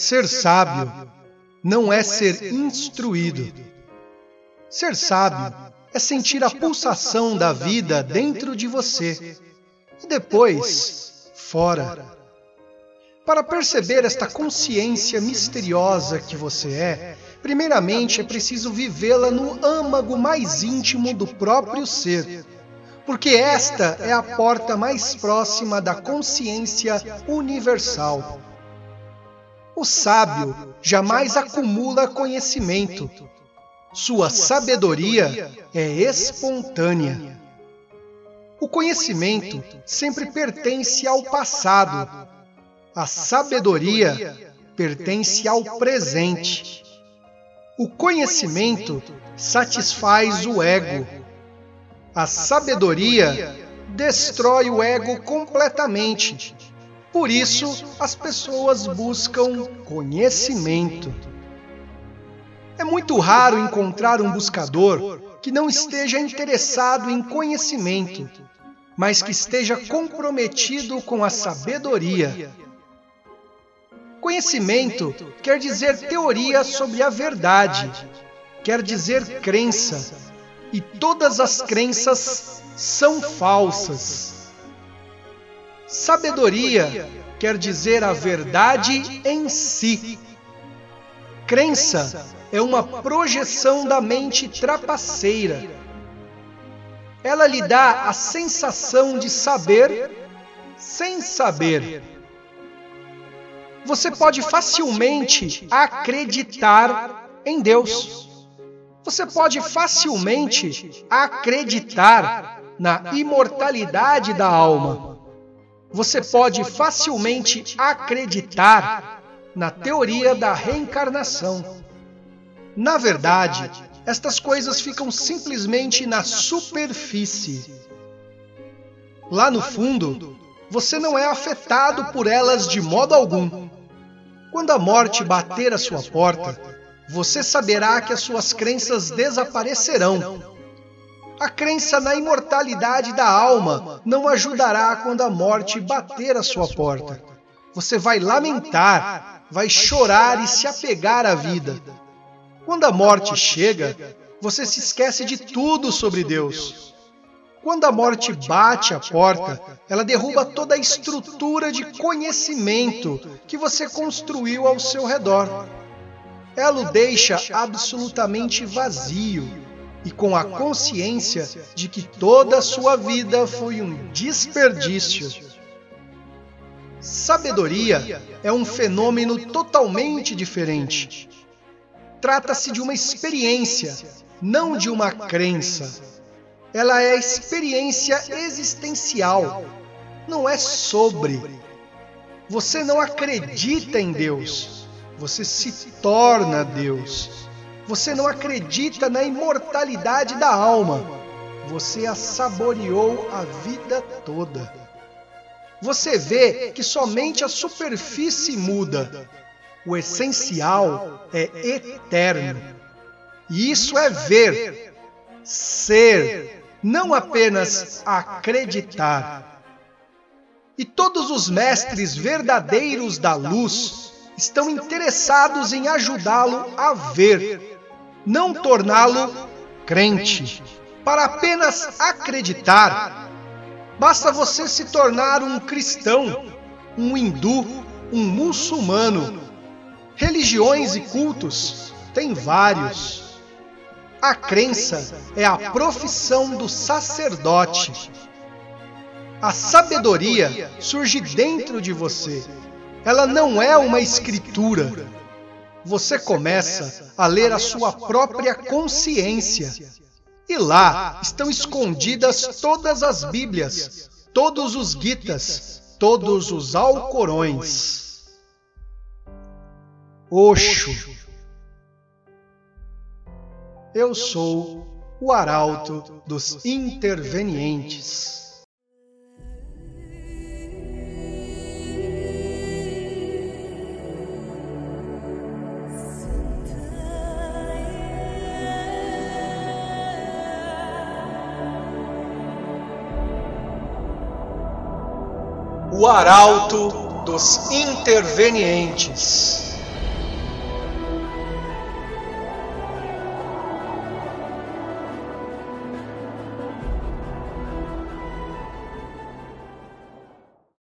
Ser sábio não é ser instruído. Ser sábio é sentir a pulsação da vida dentro de você e depois fora. Para perceber esta consciência misteriosa que você é, primeiramente é preciso vivê-la no âmago mais íntimo do próprio ser, porque esta é a porta mais próxima da consciência universal. O sábio jamais acumula conhecimento. Sua sabedoria é espontânea. O conhecimento sempre pertence ao passado. A sabedoria pertence ao presente. O conhecimento satisfaz o ego. A sabedoria destrói o ego completamente. Por isso, as pessoas buscam conhecimento. É muito raro encontrar um buscador que não esteja interessado em conhecimento, mas que esteja comprometido com a sabedoria. Conhecimento quer dizer teoria sobre a verdade, quer dizer crença, e todas as crenças são falsas. Sabedoria quer dizer a verdade em si. Crença é uma projeção da mente trapaceira. Ela lhe dá a sensação de saber sem saber. Você pode facilmente acreditar em Deus. Você pode facilmente acreditar na imortalidade da alma. Você pode facilmente acreditar na teoria da reencarnação. Na verdade, estas coisas ficam simplesmente na superfície. Lá no fundo, você não é afetado por elas de modo algum. Quando a morte bater à sua porta, você saberá que as suas crenças desaparecerão. A crença na imortalidade da alma não ajudará quando a morte bater à sua porta. Você vai lamentar, vai chorar e se apegar à vida. Quando a morte chega, você se esquece de tudo sobre Deus. Quando a morte bate à porta, ela derruba toda a estrutura de conhecimento que você construiu ao seu redor. Ela o deixa absolutamente vazio e com a consciência de que toda a sua vida foi um desperdício. Sabedoria é um fenômeno totalmente diferente. Trata-se de uma experiência, não de uma crença. Ela é experiência existencial, não é sobre. Você não acredita em Deus, você se torna Deus. Você não acredita na imortalidade da alma, você a saboreou a vida toda. Você vê que somente a superfície muda. O essencial é eterno. E isso é ver, ser, não apenas acreditar. E todos os mestres verdadeiros da luz estão interessados em ajudá-lo a ver, não torná-lo crente. Para apenas acreditar, basta você se tornar um cristão, um hindu, um muçulmano. Religiões e cultos tem vários. A crença é a profissão do sacerdote. A sabedoria surge dentro de você. Ela não é uma escritura. Você começa a ler a sua própria consciência. E lá estão escondidas todas as Bíblias, todos os Gitas, todos os Alcorões. Osho. Eu sou o arauto dos intervenientes. O arauto dos intervenientes.